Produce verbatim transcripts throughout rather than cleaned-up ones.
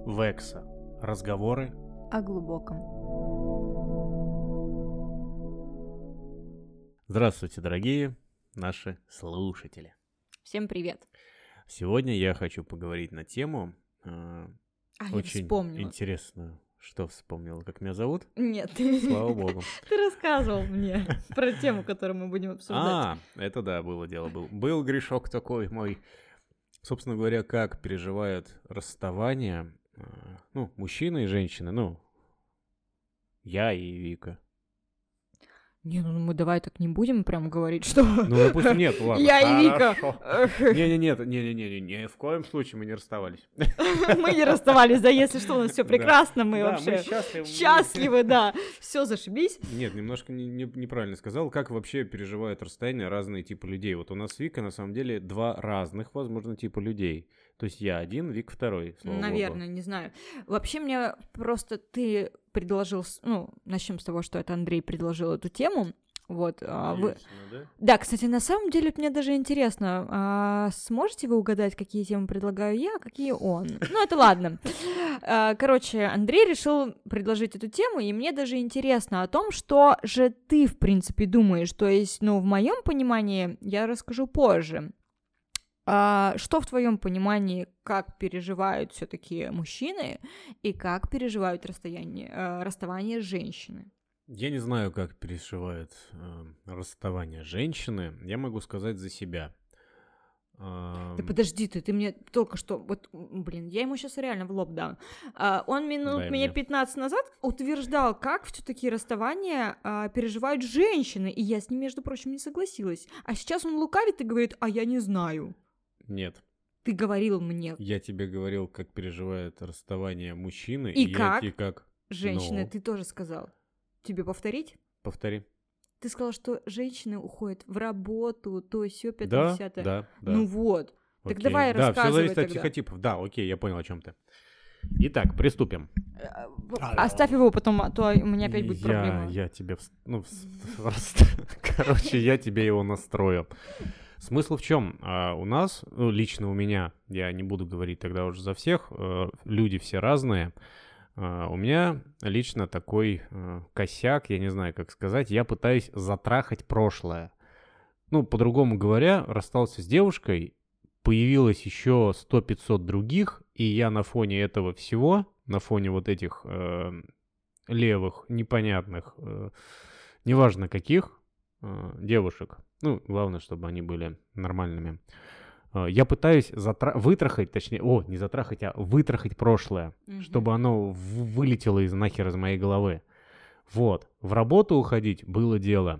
Векса. Разговоры о глубоком. Здравствуйте, дорогие наши слушатели. Всем привет. Сегодня я хочу поговорить на тему э, А, я очень вспомнила. интересную. Что вспомнила? Как меня зовут? Нет, ты... Слава богу. Ты рассказывал мне про тему, которую мы будем обсуждать. А, это да, было дело. Был, был грешок такой мой. Собственно говоря, как переживают расставание, э, ну, мужчины и женщины, ну, я и Вика. Не, ну мы давай так не будем прям говорить, что... Ну, допустим, нет, ладно. Я и Вика. Не-не-не, не-не-не, ни в коем случае мы не расставались. Мы не расставались, да, если что, у нас все прекрасно, мы Да, вообще мы счастливы. счастливы, да, все зашибись. Нет, немножко не- не- неправильно сказал. Как вообще переживают расстояние разные типы людей? Вот у нас с Викой, на самом деле, два разных, возможно, типа людей. То есть я один, Вик второй, слава Наверное, не знаю. Вообще мне просто ты предложил, с- ну, начнем с того, что это Андрей предложил эту тему. Вот, а, богу. вы... Естественно, да? Да, кстати, на самом деле мне даже интересно, а сможете вы угадать, какие темы предлагаю я, а какие он? Ну, это ладно. А, Короче, Андрей решил предложить эту тему, и мне даже интересно о том, что же ты, в принципе, думаешь. То есть, ну, в моем понимании я расскажу позже. А что в твоем понимании, как переживают все-таки мужчины и как переживают расстояние, э, расставание женщины? Я не знаю, как переживают э, расставание женщины. Я могу сказать за себя. Да Эм, подожди ты, ты мне только что, вот, м, блин, я ему сейчас реально в лоб дам. А, он минут Дай мне мне. пятнадцать назад утверждал, как все-таки расставание а, переживают женщины, и я с ним, между прочим, не согласилась. А сейчас он лукавит и говорит, а я не знаю. Нет, Ты говорил мне, я тебе говорил, как переживает расставание мужчины, И я как? тебе как... женщины, Ну, ты тоже сказал. Тебе повторить? повтори. Ты сказал, что женщины уходят в работу, то сё, Да, пятое-десятое. да, да. Ну вот. Так Окей. давай Да, все рассказывай зависит от тогда. психотипов. Да, окей, я понял, о чем ты. Итак, приступим. Э, Оставь его потом, а то у меня опять будет я, проблема. Я тебе... вс- Ну, вс- вс- короче, я тебе его настрою. Смысл в чем? У нас, ну, лично у меня, я не буду говорить тогда уже за всех, э, люди все разные. А, У меня лично такой э, косяк, я не знаю, как сказать, я пытаюсь затрахать прошлое. Ну, по-другому говоря, расстался с девушкой, появилось еще сто-пятьсот других, и я на фоне этого всего, на фоне вот этих э, левых, непонятных, э, неважно каких, э, девушек, ну, главное, чтобы они были нормальными, э, я пытаюсь затра- вытрахать, точнее, о, не затрахать, а вытрахать прошлое, Мгм. чтобы оно в- вылетело из нахер из моей головы. Вот, в работу уходить было дело.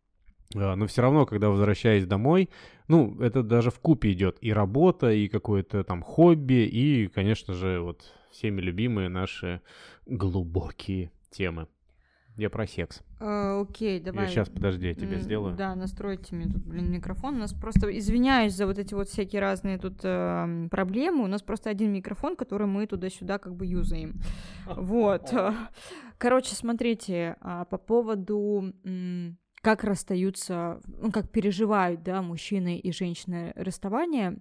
А, Но все равно, когда возвращаюсь домой, ну, это даже вкупе идет и работа, и какое-то там хобби, и, конечно же, вот всеми любимые наши глубокие темы. Я про секс. А, Окей, давай. Я сейчас, подожди, я тебе М, сделаю. Да, настройте мне тут, блин, микрофон. У нас просто, извиняюсь за вот эти вот всякие разные тут эм, проблемы. У нас просто один микрофон, который мы туда-сюда как бы юзаем. Вот. Короче, смотрите, а, по поводу м, как расстаются, ну, как переживают, да, мужчины и женщины расставание.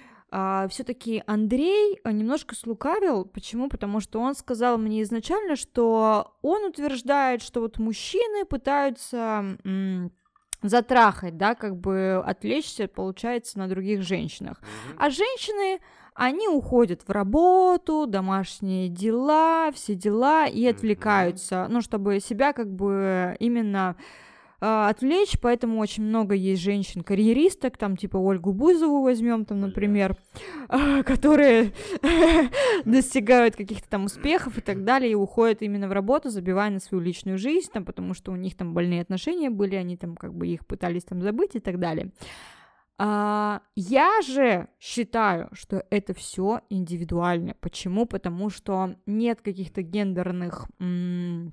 Все-таки Андрей а, немножко слукавил. Почему? Потому что он сказал мне изначально, что он утверждает, что вот мужчины пытаются м, затрахать, да, как бы отвлечься, получается, на других женщинах. А женщины, они уходят в работу, домашние дела, все дела и Мгм. отвлекаются, ну, чтобы себя как бы именно а, отвлечь, поэтому очень много есть женщин-карьеристок, там типа Ольгу Бузову возьмем, там, Бля. например, а, которые достигают каких-то там успехов и так далее, и уходят именно в работу, забивая на свою личную жизнь, там, потому что у них там больные отношения были, они там как бы их пытались там забыть и так далее. А, я же считаю, что это все индивидуально. Почему? Потому что нет каких-то гендерных... м,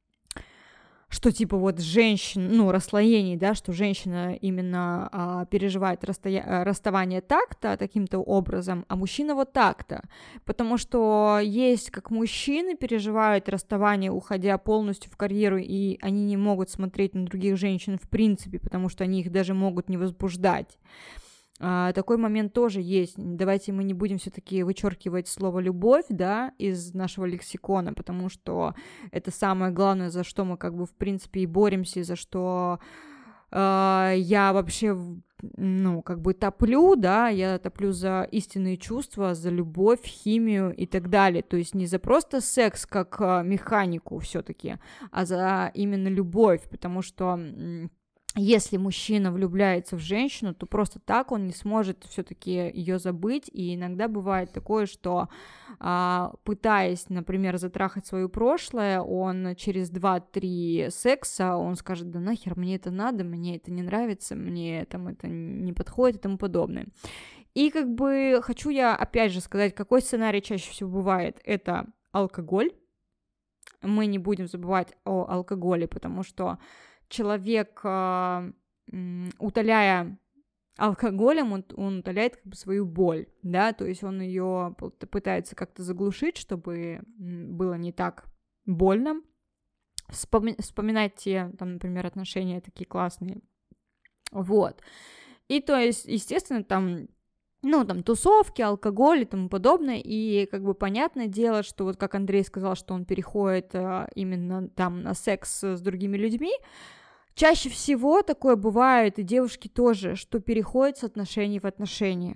что типа вот женщин, ну, расслоений, да, что женщина именно а, переживает расстоя- а, расставание так-то, таким-то образом, а мужчина вот так-то. Потому что есть как мужчины переживают расставание, уходя полностью в карьеру, и они не могут смотреть на других женщин в принципе, потому что они их даже могут не возбуждать. А, такой момент тоже есть. Давайте мы не будем все-таки вычеркивать слово «любовь», да, из нашего лексикона, потому что это самое главное, за что мы как бы в принципе и боремся, и за что э, я вообще, ну, как бы топлю, да, я топлю за истинные чувства, за любовь, химию и так далее. То есть не за просто секс как э, механику все-таки, а за именно любовь, потому что... Если мужчина влюбляется в женщину, то просто так он не сможет все-таки ее забыть. И иногда бывает такое, что а, пытаясь, например, затрахать свое прошлое, он через два-три секса он скажет: да нахер мне это надо, мне это не нравится, мне там это не подходит и тому подобное. И как бы хочу я опять же сказать, какой сценарий чаще всего бывает. Это алкоголь. Мы не будем забывать о алкоголе, потому что человек, э, утоляя алкоголем, он, он утоляет как бы свою боль, да, то есть он ее пытается как-то заглушить, чтобы было не так больно. Вспоми- вспоминать те, там, например, отношения такие классные, вот. И то есть, естественно, там, ну, там, тусовки, алкоголь и тому подобное, и как бы понятное дело, что вот как Андрей сказал, что он переходит а, именно там на секс с другими людьми, чаще всего такое бывает, и девушки тоже, что переходят с отношений в отношения.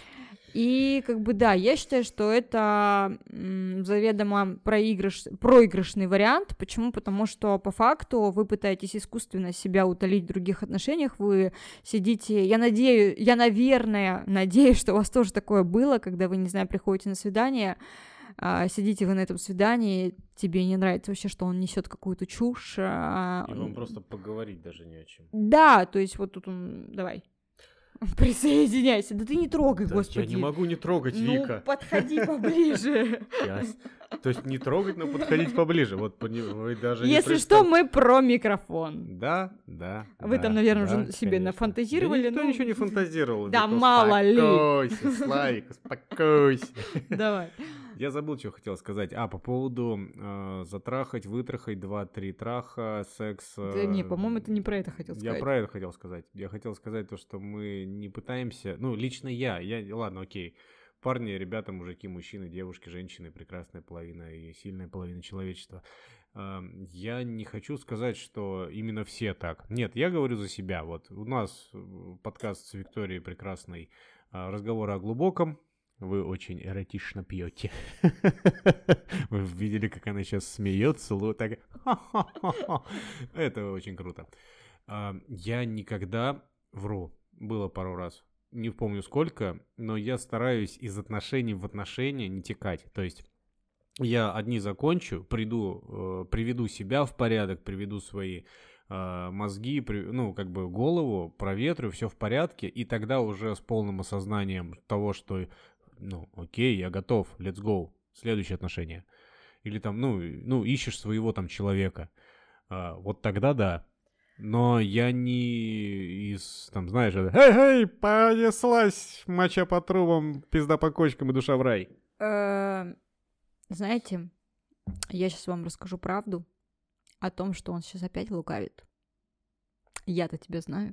И как бы да, я считаю, что это м, заведомо проигрыш, проигрышный вариант. Почему? Потому что по факту вы пытаетесь искусственно себя утолить в других отношениях, вы сидите, я надеюсь, я, наверное, надеюсь, что у вас тоже такое было, когда вы, не знаю, приходите на свидание, а, сидите вы на этом свидании, тебе не нравится вообще, что он несет какую-то чушь. А... И вам просто поговорить даже не о чем. Да, то есть вот тут он, давай. Присоединяйся. Да ты не трогай, да господи. Я не могу не трогать, ну, Вика. подходи поближе. Yes. То есть не трогать, но подходить поближе. Вот вы даже Если не что, мы про микрофон. Да, да. Вы да, там, наверное, да, уже себе конечно. нафантазировали. Да никто ну... ничего не фантазировал. Да Вика, мало ли. Успокойся, Славик, успокойся. Давай. Я забыл, что хотел сказать. А, по поводу э, затрахать, вытрахать, два-три траха, секс... Э, да не, по-моему, ты не про это хотел сказать. Я про это хотел сказать. Я хотел сказать то, что мы не пытаемся... Ну, лично я, я... Ладно, окей. Парни, ребята, мужики, мужчины, девушки, женщины, прекрасная половина и сильная половина человечества. Э, я не хочу сказать, что именно все так. Нет, я говорю за себя. Вот у нас подкаст с Викторией прекрасный. Э, разговоры о глубоком. Вы очень эротично пьете. Вы видели, как она сейчас смеется? Так... Это очень круто. Я никогда вру. Было пару раз. Не помню сколько, но я стараюсь из отношений в отношения не текать. То есть я одни закончу, приду, приведу себя в порядок, приведу свои мозги, ну, как бы голову, проветрю, все в порядке, и тогда уже с полным осознанием того, что ну, окей, я готов, let's go, следующее отношение. Или там, ну, ну ищешь своего там человека. А, вот тогда да. Но я не из, там, знаешь, эй-эй, понеслась моча по трубам, пизда по кочкам и душа в рай. Знаете, я сейчас вам расскажу правду о том, что он сейчас опять лукавит. Я-то тебя знаю.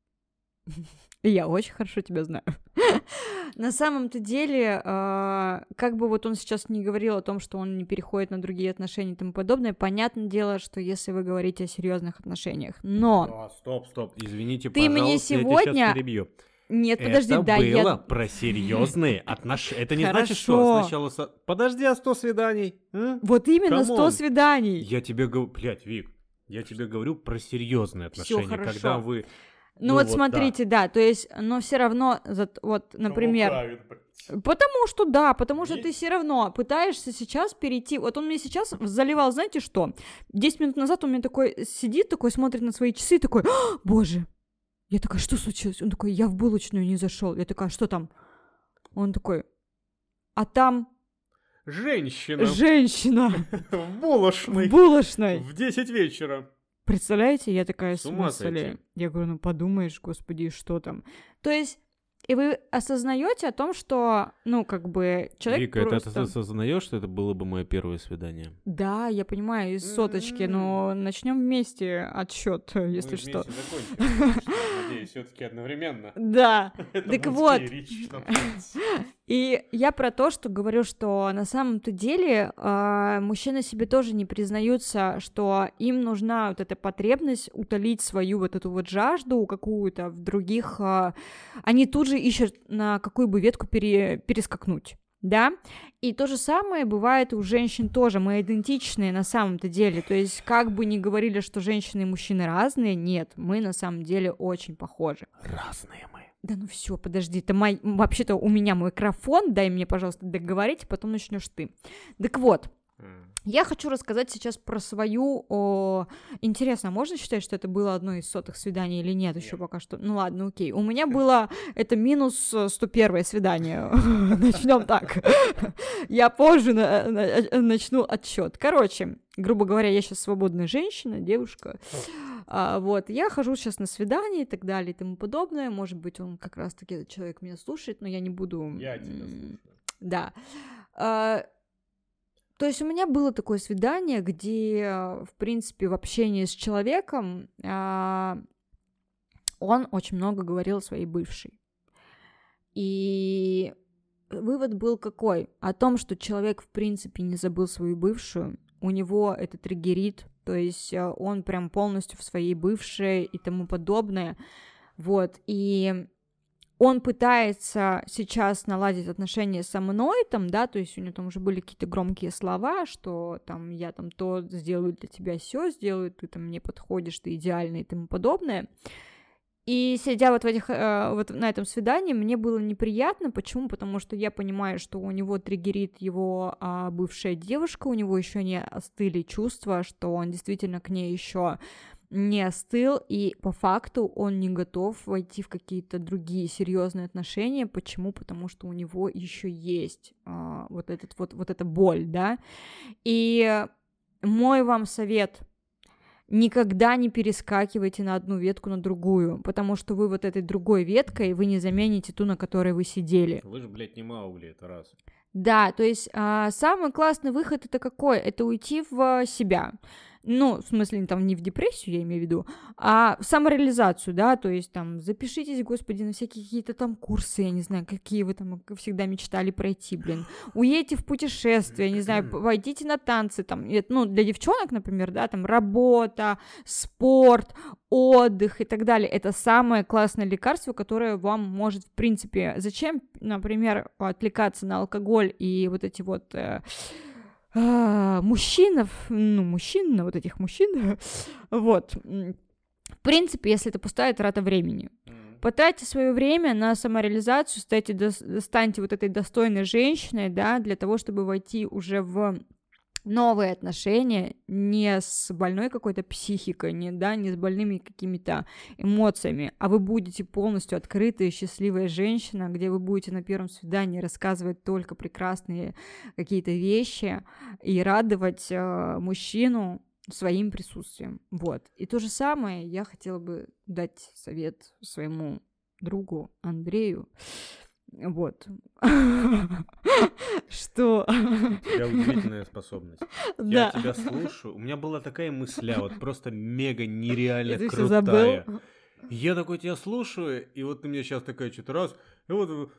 Я очень хорошо тебя знаю. На самом-то деле, э, как бы вот он сейчас не говорил о том, что он не переходит на другие отношения и тому подобное, понятное дело, что если вы говорите о серьезных отношениях, но... О, стоп, стоп, извините, ты пожалуйста, мне сегодня... я тебя сейчас перебью. Нет, подожди, это да, было я... про серьезные отношения. Это не Хорошо. значит, что сначала... Со... Подожди, а сто свиданий? А? Вот именно Come сто on. свиданий. Я тебе говорю... Блядь, Вик, я тебе говорю про серьезные отношения. Всё хорошо. Когда вы... Ну, ну вот, вот смотрите, да. да, то есть, но все равно, вот, например... Потому что, да, потому что ты все равно пытаешься сейчас перейти... Вот он мне сейчас заливал, знаете что? десять минут назад он мне такой сидит, такой смотрит на свои часы, такой, боже... Я такая, что случилось? Он такой, я в булочную не зашел. Я такая, что там? Он такой, а там... Женщина. Женщина. В булочной. В булочной. В десять вечера. Представляете? Я такая, в смысле? сойти. Я говорю, ну подумаешь, господи, что там? То есть, и вы осознаете о том, что, ну, как бы, человек Вика, просто... это ты осознаешь, что это было бы мое первое свидание? Да, я понимаю, из соточки, но начнем вместе отсчет, если Мы что. закончим. надеюсь, все-таки одновременно. Да. Так вот. И я про то, что говорю, что на самом-то деле э, мужчины себе тоже не признаются, что им нужна вот эта потребность утолить свою вот эту вот жажду какую-то в других. Э, они тут же ищут, на какую бы ветку пере, перескакнуть. Да, и то же самое бывает у женщин тоже, мы идентичные на самом-то деле, то есть как бы ни говорили, что женщины и мужчины разные, нет, мы на самом деле очень похожи. Разные мы. Да ну все, подожди, это мой, вообще-то у меня микрофон, дай мне, пожалуйста, договорить, потом начнешь ты. Так вот, я хочу рассказать сейчас про свою... О... Интересно, можно считать, что это было одно из сотых свиданий или нет, нет. Еще пока что? Ну ладно, окей. У меня было это минус сто первое свидание. Начнем так. Я позже начну отсчет. Короче, грубо говоря, я сейчас свободная женщина, девушка. А, вот, я хожу сейчас на свидание и так далее и тому подобное. Может быть, он как раз-таки, этот человек меня слушает, но я не буду... Я тебя слушаю. Да. А, то есть у меня было такое свидание, где, в принципе, в общении с человеком а, он очень много говорил о своей бывшей. И вывод был какой? О том, что человек, в принципе, не забыл свою бывшую, у него это триггерит, то есть он прям полностью в своей бывшей и тому подобное, вот, и он пытается сейчас наладить отношения со мной, там, да, то есть у него там уже были какие-то громкие слова, что там я там то сделаю для тебя, сё сделаю, ты там мне подходишь, ты идеальный и тому подобное. И сидя вот в этих, э, вот на этом свидании, мне было неприятно. Почему? Потому что я понимаю, что у него триггерит его э, бывшая девушка, у него еще не остыли чувства, что он действительно к ней еще не остыл, и по факту он не готов войти в какие-то другие серьезные отношения. Почему? Потому что у него еще есть э, вот этот вот, вот эта боль, да. И мой вам совет: никогда не перескакивайте на одну ветку на другую, потому что вы вот этой другой веткой, вы не замените ту, на которой вы сидели. Вы же, блядь, не Маугли, это раз. Да, то есть а, самый классный выход это какой? Это уйти в себя. Ну, в смысле, там не в депрессию, я имею в виду, а в самореализацию, да, то есть там запишитесь, господи, на всякие какие-то там курсы, я не знаю, какие вы там всегда мечтали пройти, блин, уедьте в путешествие, не знаю, пойдите на танцы, там, ну, для девчонок, например, да, там, работа, спорт, отдых и так далее, это самое классное лекарство, которое вам может, в принципе, зачем, например, отвлекаться на алкоголь и вот эти вот... А, мужчинов, ну, мужчин, на вот этих мужчин, вот, в принципе, если это пустая трата времени. Потратьте свое время на самореализацию, станьте, станьте вот этой достойной женщиной, да, для того, чтобы войти уже в новые отношения не с больной какой-то психикой, не, да, не с больными какими-то эмоциями, а вы будете полностью открытая, счастливая женщина, где вы будете на первом свидании рассказывать только прекрасные какие-то вещи и радовать э, мужчину своим присутствием. Вот. И то же самое я хотела бы дать совет своему другу Андрею. Вот. Что? У тебя удивительная способность. Да. Я тебя слушаю. У меня была такая мысля, вот просто мега нереально И ты всё крутая. забыл? Я такой тебя слушаю, и вот ты мне сейчас такая что-то раз, и вот...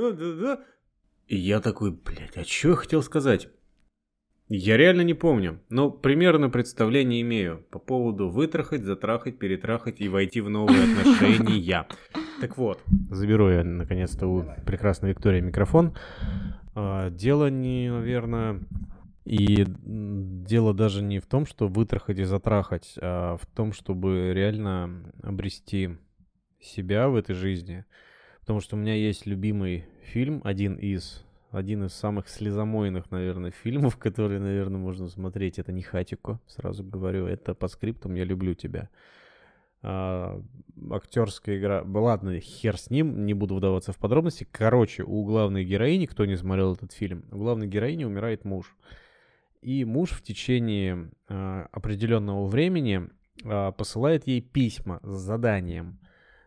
И я такой, блядь, а что я хотел сказать? Я реально не помню, но примерно представление имею по поводу вытрахать, затрахать, перетрахать и войти в новые отношения. Так вот, заберу я наконец-то у прекрасной Виктории микрофон. Дело не, наверное, и дело даже не в том, что вытрахать и затрахать, а в том, чтобы реально обрести себя в этой жизни. Потому что у меня есть любимый фильм, один из... Один из самых слезомойных, наверное, фильмов, которые, наверное, можно смотреть. Это не Хатико, сразу говорю. Это по скриптам «Я люблю тебя». А, актерская игра... Ладно, хер с ним, не буду вдаваться в подробности. Короче, у главной героини, кто не смотрел этот фильм, у главной героини умирает муж. И муж в течение а, определенного времени а, посылает ей письма с заданием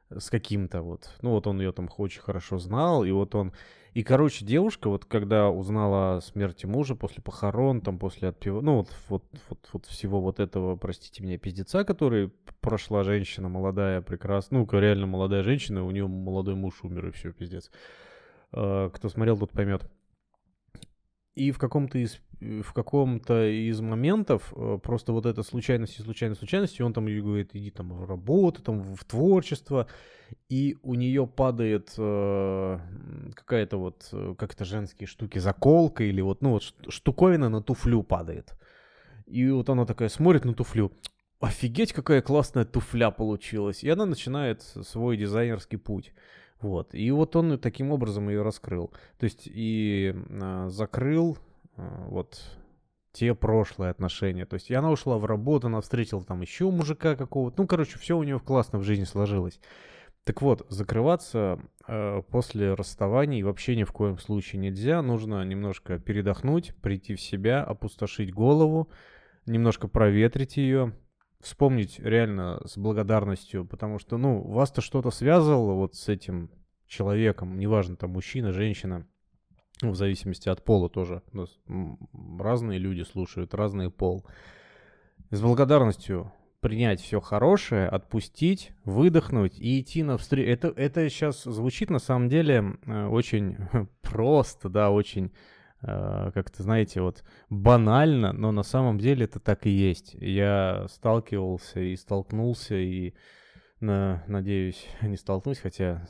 с каким-то вот. Ну, вот он ее там очень хорошо знал, и вот он... И, короче, девушка, вот когда узнала о смерти мужа после похорон, там, после отпева... Ну, вот, вот, вот, вот всего вот этого, простите меня, пиздеца, который прошла женщина молодая, прекрасная, ну, реально молодая женщина, у нее молодой муж умер, и все, пиздец. Кто смотрел, тот поймет. И в каком-то из, в каком-то из моментов просто вот это случайность и случайность, случайность, и он там ей говорит, иди там в работу, там в творчество, и у нее падает э, какая-то вот, как это, женские штуки, заколка или вот, ну вот штуковина на туфлю падает. И вот она такая смотрит на туфлю, офигеть, какая классная туфля получилась, и она начинает свой дизайнерский путь. Вот. И вот он таким образом ее раскрыл. То есть и а, закрыл а, вот те прошлые отношения. То есть и она ушла в работу, она встретила там еще мужика какого-то. Ну, короче, все у нее классно в жизни сложилось. Так вот, закрываться а, после расставаний вообще ни в коем случае нельзя. Нужно немножко передохнуть, прийти в себя, опустошить голову, немножко проветрить ее. Вспомнить реально с благодарностью, потому что, ну, вас-то что-то связывало вот с этим человеком, неважно, там, мужчина, женщина, ну, в зависимости от пола тоже. У нас разные люди слушают, разный пол. С благодарностью принять все хорошее, отпустить, выдохнуть и идти навстречу. Это, это сейчас звучит, на самом деле, очень просто, да, очень... как-то, знаете, вот банально, но на самом деле это так и есть. Я сталкивался и столкнулся, и, на, надеюсь, не столкнусь, хотя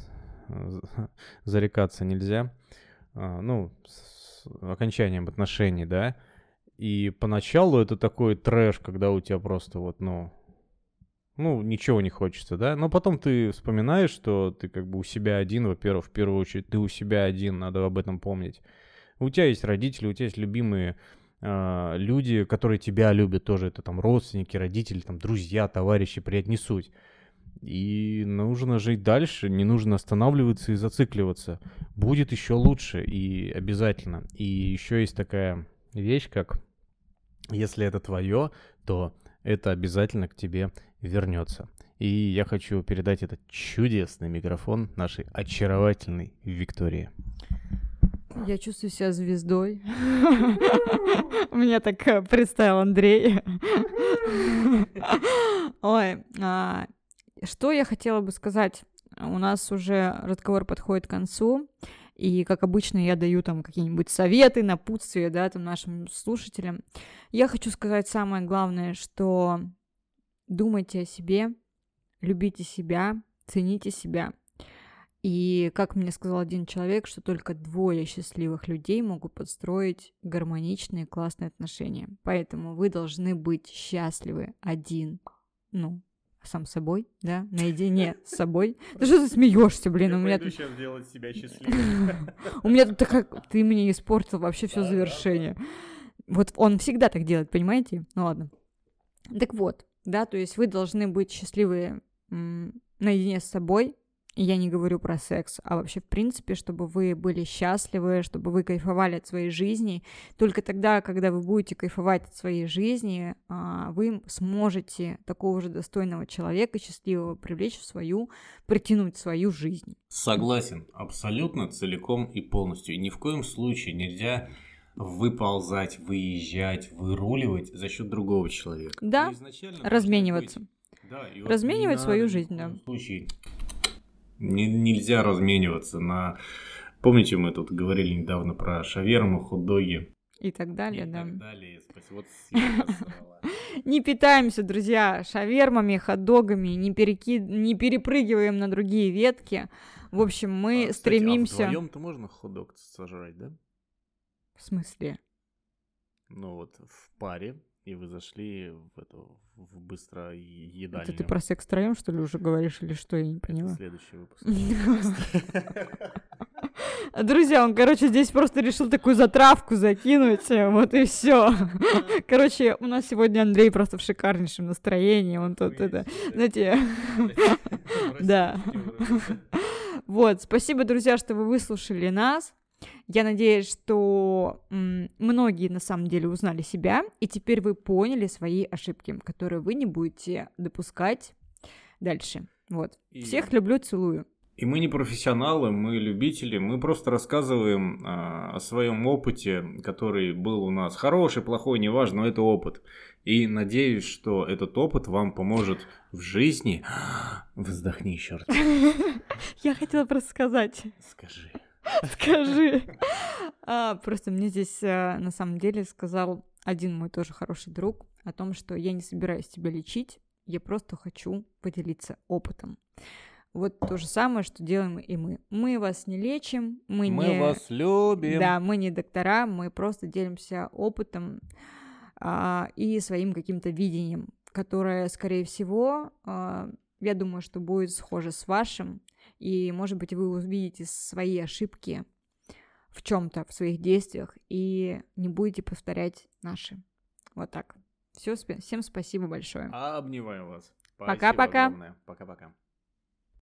зарекаться нельзя, ну, с окончанием отношений, да, и поначалу это такой трэш, когда у тебя просто вот, ну, ну, ничего не хочется, да, но потом ты вспоминаешь, что ты как бы у себя один, во-первых, в первую очередь, ты у себя один, надо об этом помнить. У тебя есть родители, у тебя есть любимые э, люди, которые тебя любят тоже. Это там родственники, родители, там друзья, товарищи, приятель, не суть. И нужно жить дальше, не нужно останавливаться и зацикливаться. Будет еще лучше и обязательно. И еще есть такая вещь, как если это твое, то это обязательно к тебе вернется. И я хочу передать этот чудесный микрофон нашей очаровательной Виктории. Я чувствую себя звездой. Меня так представил Андрей. Ой, что я хотела бы сказать? У нас уже разговор подходит к концу, и, как обычно, я даю там какие-нибудь советы, напутствия, да, там нашим слушателям. Я хочу сказать самое главное, что думайте о себе, любите себя, цените себя. И, как мне сказал один человек, что только двое счастливых людей могут подстроить гармоничные, классные отношения. Поэтому вы должны быть счастливы один, ну, сам собой, да, наедине с собой. Да что ты смеешься, блин? Я у меня пойду тут... сейчас делать себя счастливым. У меня тут такая... Ты мне испортил вообще все завершение. Вот он всегда так делает, понимаете? Ну ладно. Так вот, да, то есть вы должны быть счастливы наедине с собой. И я не говорю про секс, а вообще, в принципе, чтобы вы были счастливы, чтобы вы кайфовали от своей жизни. Только тогда, когда вы будете кайфовать от своей жизни, вы сможете такого же достойного человека, счастливого, привлечь в свою, притянуть в свою жизнь. Согласен, абсолютно, целиком и полностью. И ни в коем случае нельзя выползать, выезжать, выруливать за счет другого человека. Да, размениваться. Быть... Да, и вот разменивать свою надо, жизнь, да. Случае... Не, нельзя размениваться на... Помните, мы тут говорили недавно про шаверму, хот-доги. И так далее, и да. И так далее. Вот не питаемся, друзья, шавермами, хот-догами, не, переки... не перепрыгиваем на другие ветки. В общем, мы а, стремимся... Кстати, а вдвоем-то можно хот-дог сожрать, да? В смысле? Ну вот в паре, и вы зашли в эту в быстро едальню. Это ты про секс втроем, что ли, уже говоришь, или что, я не поняла? Это следующий выпуск. Друзья, он, короче, здесь просто решил такую затравку закинуть, вот и все. Короче, у нас сегодня Андрей просто в шикарнейшем настроении, он тут это, знаете, да. Вот, спасибо, друзья, что вы выслушали нас. Я надеюсь, что м, многие на самом деле узнали себя, и теперь вы поняли свои ошибки, которые вы не будете допускать дальше. Вот. И- Всех люблю, целую. И мы не профессионалы, мы любители, мы просто рассказываем а, о своем опыте, который был у нас. Хороший, плохой, неважно, но это опыт. И надеюсь, что этот опыт вам поможет в жизни. Вздохни еще раз. Я хотела просто сказать. Скажи. Скажи. А, просто мне здесь а, на самом деле сказал один мой тоже хороший друг о том, что я не собираюсь тебя лечить, я просто хочу поделиться опытом. Вот то же самое, что делаем и мы. Мы вас не лечим, мы, не... любим. Да, мы не доктора, мы просто делимся опытом а, и своим каким-то видением, которое, скорее всего, а, я думаю, что будет схоже с вашим, и, может быть, вы увидите свои ошибки в чем-то, в своих действиях, и не будете повторять наши. Вот так. Все, всем спасибо большое. Обнимаю вас. Пока-пока. Спасибо огромное. Пока-пока.